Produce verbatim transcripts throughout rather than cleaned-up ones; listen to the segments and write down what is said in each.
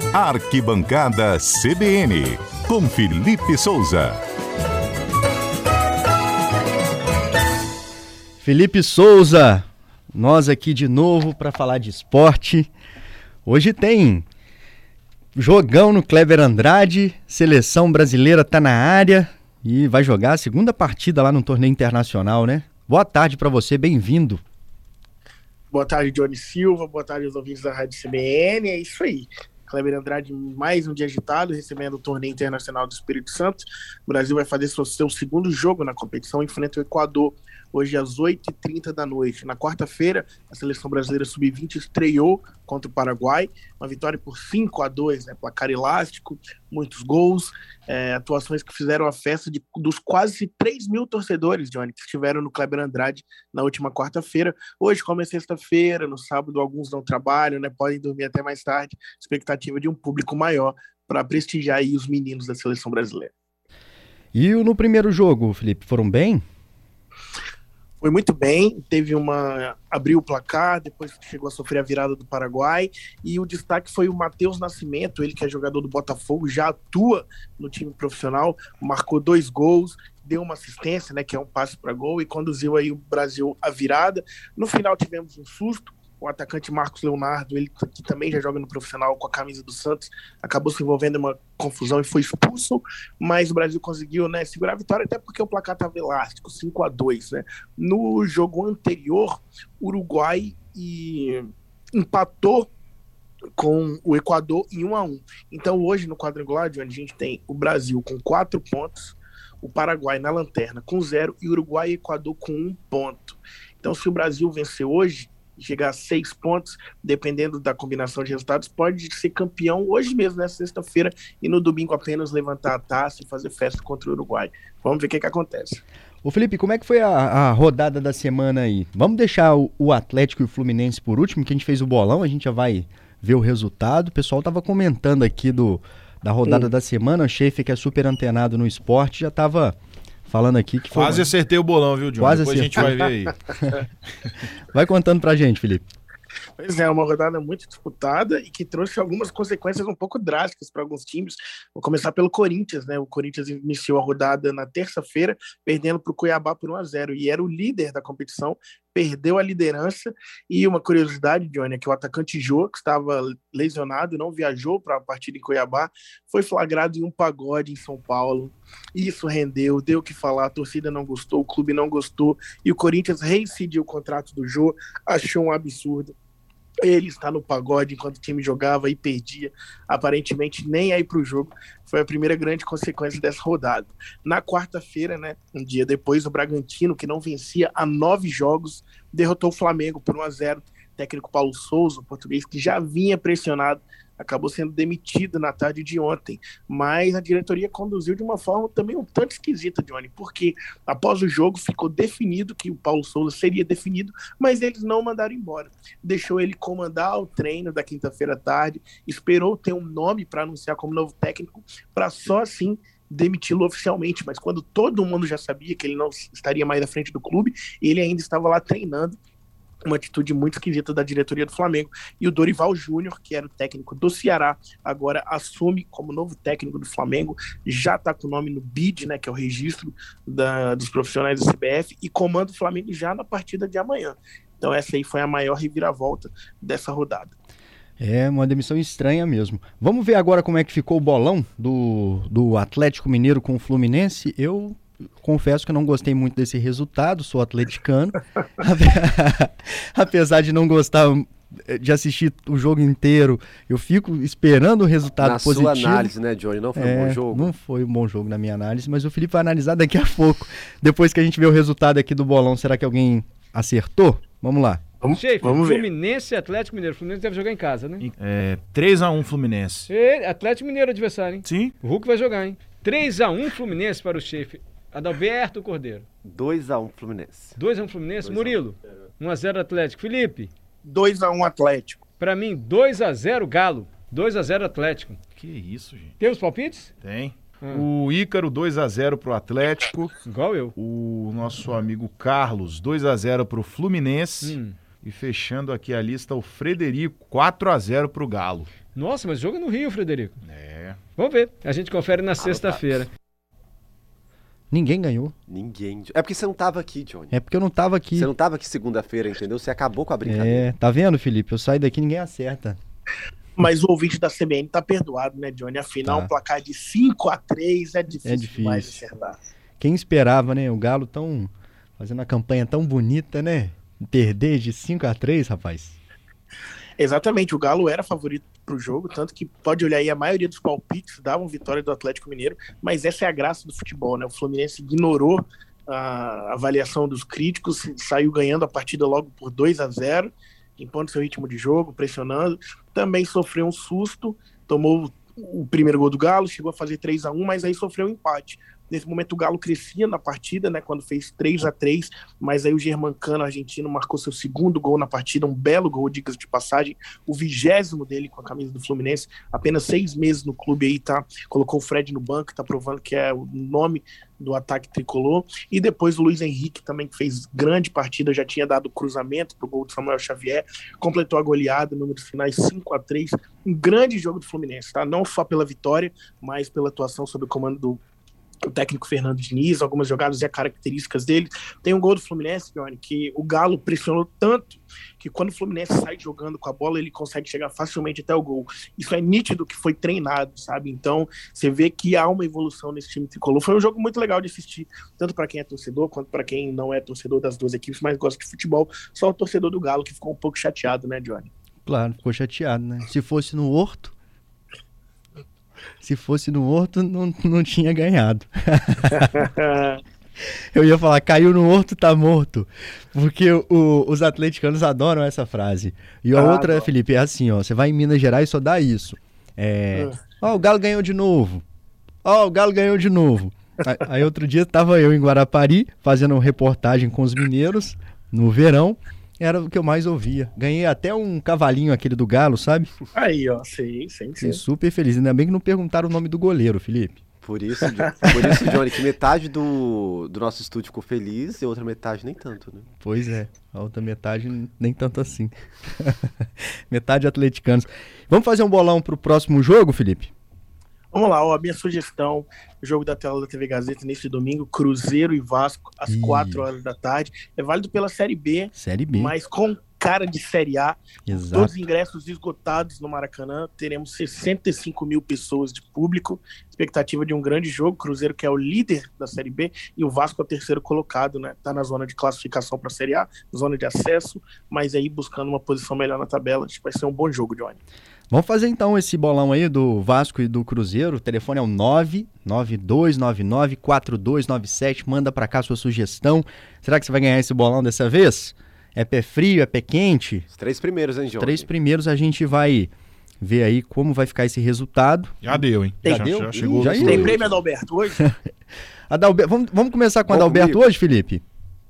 Arquibancada C B N, com Felipe Souza. Felipe Souza, nós aqui de novo para falar de esporte. Hoje tem jogão no Kleber Andrade, seleção brasileira tá na área e vai jogar a segunda partida lá no torneio internacional, né? Boa tarde para você, bem-vindo. Boa tarde, Johnny Silva, boa tarde aos ouvintes da Rádio C B N, é isso aí. Kleber Andrade, mais um dia agitado, recebendo o torneio internacional do Espírito Santo. O Brasil vai fazer seu, seu segundo jogo na competição, enfrenta o Equador, hoje às oito e trinta da noite. Na quarta-feira, a seleção brasileira sub vinte estreou contra o Paraguai, uma vitória por cinco a dois, né? Placar elástico, muitos gols, é, atuações que fizeram a festa de, dos quase três mil torcedores, Johnny, que estiveram no Kleber Andrade na última quarta-feira. Hoje, como é sexta-feira, no sábado alguns não trabalham, né? Podem dormir até mais tarde, expectativa de um público maior para prestigiar aí os meninos da seleção brasileira. E no primeiro jogo, Felipe, foram bem? Foi muito bem, teve uma... abriu o placar, depois chegou a sofrer a virada do Paraguai, e o destaque foi o Matheus Nascimento, ele que é jogador do Botafogo, já atua no time profissional, marcou dois gols, deu uma assistência, né, que é um passe para gol, e conduziu aí o Brasil à virada. No final tivemos um susto, o atacante Marcos Leonardo, ele que também já joga no profissional com a camisa do Santos, acabou se envolvendo em uma confusão e foi expulso, mas o Brasil conseguiu, né, segurar a vitória, até porque o placar estava elástico, cinco a dois, né? No jogo anterior, o Uruguai e... empatou com o Equador em um a um. Então hoje no quadrangular, onde a gente tem o Brasil com quatro pontos, o Paraguai na lanterna com zero e o Uruguai e Equador com um ponto. Então se o Brasil vencer hoje, chegar a seis pontos, dependendo da combinação de resultados, pode ser campeão hoje mesmo, nessa sexta-feira, e no domingo apenas levantar a taça e fazer festa contra o Uruguai. Vamos ver o que, que acontece. Ô Felipe, como é que foi a, a rodada da semana aí? Vamos deixar o, o Atlético e o Fluminense por último, que a gente fez o bolão, a gente já vai ver o resultado. O pessoal tava comentando aqui do, da rodada Sim. da semana, o Schaefer, que é super antenado no esporte, já tava... falando aqui que foi... Quase acertei o bolão, viu, John? Quase Depois acertei. A gente vai ver aí. Vai contando pra gente, Felipe. Pois é, uma rodada muito disputada e que trouxe algumas consequências um pouco drásticas para alguns times. Vou começar pelo Corinthians, né? O Corinthians iniciou a rodada na terça-feira, perdendo para o Cuiabá por um a zero, e era o líder da competição, perdeu a liderança. E uma curiosidade, Johnny, é que o atacante Jô, que estava lesionado, não viajou para a partida em Cuiabá, foi flagrado em um pagode em São Paulo. Isso rendeu, deu o que falar, a torcida não gostou, o clube não gostou, e o Corinthians reincidiu o contrato do Jô, achou um absurdo. Ele está no pagode enquanto o time jogava e perdia, aparentemente nem aí para o jogo. Foi a primeira grande consequência dessa rodada. Na quarta-feira, né, um dia depois, o Bragantino, que não vencia há nove jogos, derrotou o Flamengo por um a zero. O técnico Paulo Souza, o português, que já vinha pressionado, acabou sendo demitido na tarde de ontem, mas a diretoria conduziu de uma forma também um tanto esquisita, Johnny, porque após o jogo ficou definido que o Paulo Souza seria definido, mas eles não mandaram embora. Deixou ele comandar o treino da quinta-feira à tarde, esperou ter um nome para anunciar como novo técnico, para só assim demiti-lo oficialmente, mas quando todo mundo já sabia que ele não estaria mais à frente do clube, ele ainda estava lá treinando. Uma atitude muito esquisita da diretoria do Flamengo. E o Dorival Júnior, que era o técnico do Ceará, agora assume como novo técnico do Flamengo, já está com o nome no B I D, né, que é o registro da, dos profissionais da C B F, e comanda o Flamengo já na partida de amanhã. Então essa aí foi a maior reviravolta dessa rodada. É uma demissão estranha mesmo. Vamos ver agora como é que ficou o bolão do, do Atlético Mineiro com o Fluminense. Eu... confesso que eu não gostei muito desse resultado, sou atleticano, apesar de não gostar de assistir o jogo inteiro, eu fico esperando o resultado na positivo. Na sua análise, né, Johnny? Não foi é, um bom jogo? Não foi um bom jogo na minha análise, mas o Felipe vai analisar daqui a pouco, depois que a gente vê o resultado aqui do bolão. Será que alguém acertou? Vamos lá. Vamos, Chefe, vamos ver. Fluminense e Atlético Mineiro. O Fluminense deve jogar em casa, né? É, três a um Fluminense. E Atlético Mineiro adversário, hein? Sim. O Hulk vai jogar, hein? três a um Fluminense para o Chefe. Adalberto Cordeiro. dois a um Fluminense. dois a um Fluminense. dois Murilo. um a zero Atlético. Felipe. dois a um Atlético. Para mim, dois a zero Galo. dois a zero Atlético. Que isso, gente. Temos palpites? Tem. Hum. O Ícaro, dois a zero pro Atlético. Igual eu. O nosso amigo Carlos, dois a zero pro Fluminense. Hum. E fechando aqui a lista, o Frederico, quatro a zero pro Galo. Nossa, mas joga no Rio, Frederico. É. Vamos ver. A gente confere na sexta-feira. Ninguém ganhou. Ninguém. É porque você não tava aqui, Johnny. É porque eu não tava aqui. Você não tava aqui segunda-feira, entendeu? Você acabou com a brincadeira. É, tá vendo, Felipe? Eu saio daqui e ninguém acerta. Mas o ouvinte da C B N tá perdoado, né, Johnny? Afinal, Tá. um placar de cinco a três é difícil, É difícil. demais acertar. Quem esperava, né? O Galo tão fazendo uma campanha tão bonita, né? Perder de cinco a três, rapaz. Exatamente, o Galo era favorito pro jogo, tanto que pode olhar aí, a maioria dos palpites davam vitória do Atlético Mineiro, mas essa é a graça do futebol, né? O Fluminense ignorou a avaliação dos críticos, saiu ganhando a partida logo por dois a zero, impondo seu ritmo de jogo, pressionando. Também sofreu um susto, tomou o primeiro gol do Galo, chegou a fazer três a um, mas aí sofreu um empate. Nesse momento o Galo crescia na partida, né, quando fez três a três, mas aí o Germancano argentino marcou seu segundo gol na partida, um belo gol, dicas de passagem, o vigésimo dele com a camisa do Fluminense, apenas seis meses no clube aí, tá? Colocou o Fred no banco, tá provando que é o nome do ataque tricolor, e depois o Luiz Henrique também, que fez grande partida, já tinha dado cruzamento pro gol do Samuel Xavier, completou a goleada, números finais cinco a três, um grande jogo do Fluminense, tá? Não só pela vitória, mas pela atuação sob o comando do o técnico Fernando Diniz, algumas jogadas e as características dele. Tem um gol do Fluminense, Johnny, que o Galo pressionou tanto que quando o Fluminense sai jogando com a bola, ele consegue chegar facilmente até o gol. Isso é nítido que foi treinado, sabe? Então, você vê que há uma evolução nesse time tricolor. Foi um jogo muito legal de assistir, tanto para quem é torcedor, quanto para quem não é torcedor das duas equipes, mas gosta de futebol. Só o torcedor do Galo que ficou um pouco chateado, né, Johnny? Claro, ficou chateado, né? Se fosse no Horto, se fosse no Horto, não, não tinha ganhado. Eu ia falar, caiu no Horto, tá morto. Porque o, os atleticanos adoram essa frase. E a Ah, outra, adoro. Felipe, é assim, ó. Você vai em Minas Gerais e só dá isso. É, ó, o Galo ganhou de novo. Ó, o Galo ganhou de novo. Aí, aí outro dia tava eu em Guarapari, fazendo uma reportagem com os mineiros, no verão. Era o que eu mais ouvia. Ganhei até um cavalinho aquele do Galo, sabe? Aí, ó, sei, sei, sei. Fiquei super feliz. Ainda bem que não perguntaram o nome do goleiro, Felipe. Por isso, Jo- por isso, Johnny, que metade do, do nosso estúdio ficou feliz e a outra metade nem tanto, né? Pois é, a outra metade nem tanto assim. Metade atleticanos. Vamos fazer um bolão pro próximo jogo, Felipe? Vamos lá, ó, a minha sugestão, jogo da tela da T V Gazeta neste domingo, Cruzeiro e Vasco, às Ih. quatro horas da tarde. É válido pela Série B, Série B. mas com cara de Série A. Exato. Todos os ingressos esgotados no Maracanã. Teremos sessenta e cinco mil pessoas de público. Expectativa de um grande jogo. Cruzeiro, que é o líder da Série B, e o Vasco é o terceiro colocado, né? Tá na zona de classificação para a Série A, zona de acesso, mas aí buscando uma posição melhor na tabela. Acho que vai ser um bom jogo, Johnny. Vamos fazer então esse bolão aí do Vasco e do Cruzeiro. O telefone é o nove nove dois nove nove quatro dois nove sete. Manda pra cá sua sugestão. Será que você vai ganhar esse bolão dessa vez? É pé frio, é pé quente? Os três primeiros, hein, Johnny? Três primeiros a gente vai ver aí como vai ficar esse resultado. Já deu, hein? Já já, deu? já chegou. Ih, já o deu. Tem Oi. prêmio, Adalberto, hoje? Adalber... Vamos, vamos começar com o Vamos Adalberto comigo. hoje, Felipe?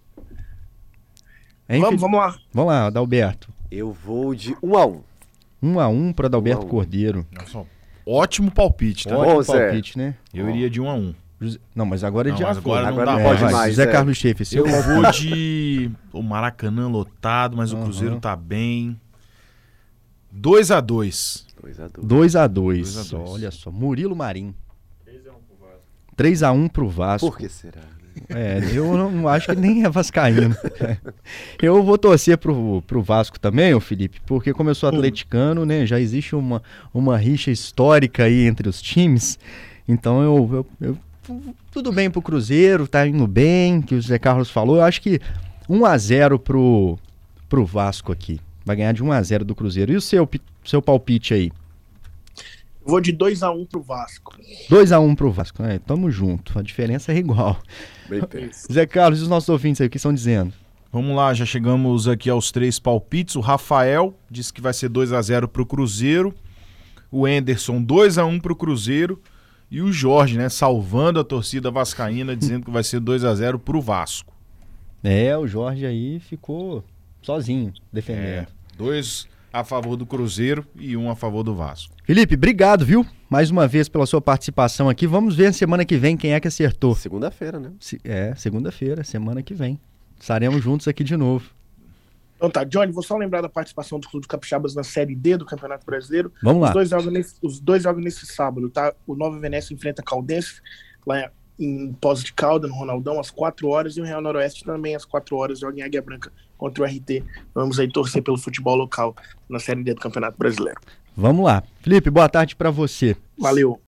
Hein, vamos, Felipe? vamos lá. Vamos lá, Adalberto. Eu vou de um a um. Um a um para Adalberto Um a um. Cordeiro. Nossa, ótimo palpite, tá? Ótimo Bom, Zé. palpite, né? Eu iria de um a um. José- Não, mas agora ele Não, já mas foi. agora não Agora dá não mais. pode mais. José é. Carlos Schaefer, seu Eu palpite. vou de o Maracanã lotado, mas Aham. o Cruzeiro tá bem. dois a dois. dois a dois. dois a dois. dois a dois. Olha só, Murilo Marim. três a um pro Vasco. Por que será? É, eu não, não acho que ele nem é vascaíno. Eu vou torcer pro, pro Vasco também, ô Felipe, porque como eu sou atleticano, né, já existe uma, uma rixa histórica aí entre os times, então eu, eu, eu- tudo bem pro Cruzeiro, tá indo bem, que o Zé Carlos falou, eu acho que um a zero pro, pro Vasco aqui, vai ganhar de um a zero do Cruzeiro. E o seu, pi- seu palpite aí? Vou de dois a um pro Vasco. dois a um pro Vasco, né? Tamo junto, a diferença é igual. Bem perto. Zé Carlos, e os nossos ouvintes aí, o que estão dizendo? Vamos lá, já chegamos aqui aos três palpites. O Rafael disse que vai ser dois a zero pro Cruzeiro. O Anderson, dois a um pro Cruzeiro. E o Jorge, né, salvando a torcida vascaína, dizendo que vai ser dois a zero pro Vasco. É, o Jorge aí ficou sozinho, É, defendendo. dois a favor do Cruzeiro e um a favor do Vasco. Felipe, obrigado, viu? Mais uma vez pela sua participação aqui. Vamos ver semana que vem quem é que acertou. Segunda-feira, né? Se- É, segunda-feira, semana que vem. Estaremos juntos aqui de novo. Então tá, Johnny, vou só lembrar da participação do Clube Capixabas na Série D do Campeonato Brasileiro. Vamos lá. Os dois jogam nesse, os dois jogam nesse sábado, tá? O Nova Venécia enfrenta a Caldense, lá em Poços de Calda, no Ronaldão, às quatro horas, e o Real Noroeste também às quatro horas, joga em Águia Branca contra o R T. Vamos aí torcer pelo futebol local na Série D do Campeonato Brasileiro. Vamos lá. Felipe, boa tarde para você. Valeu.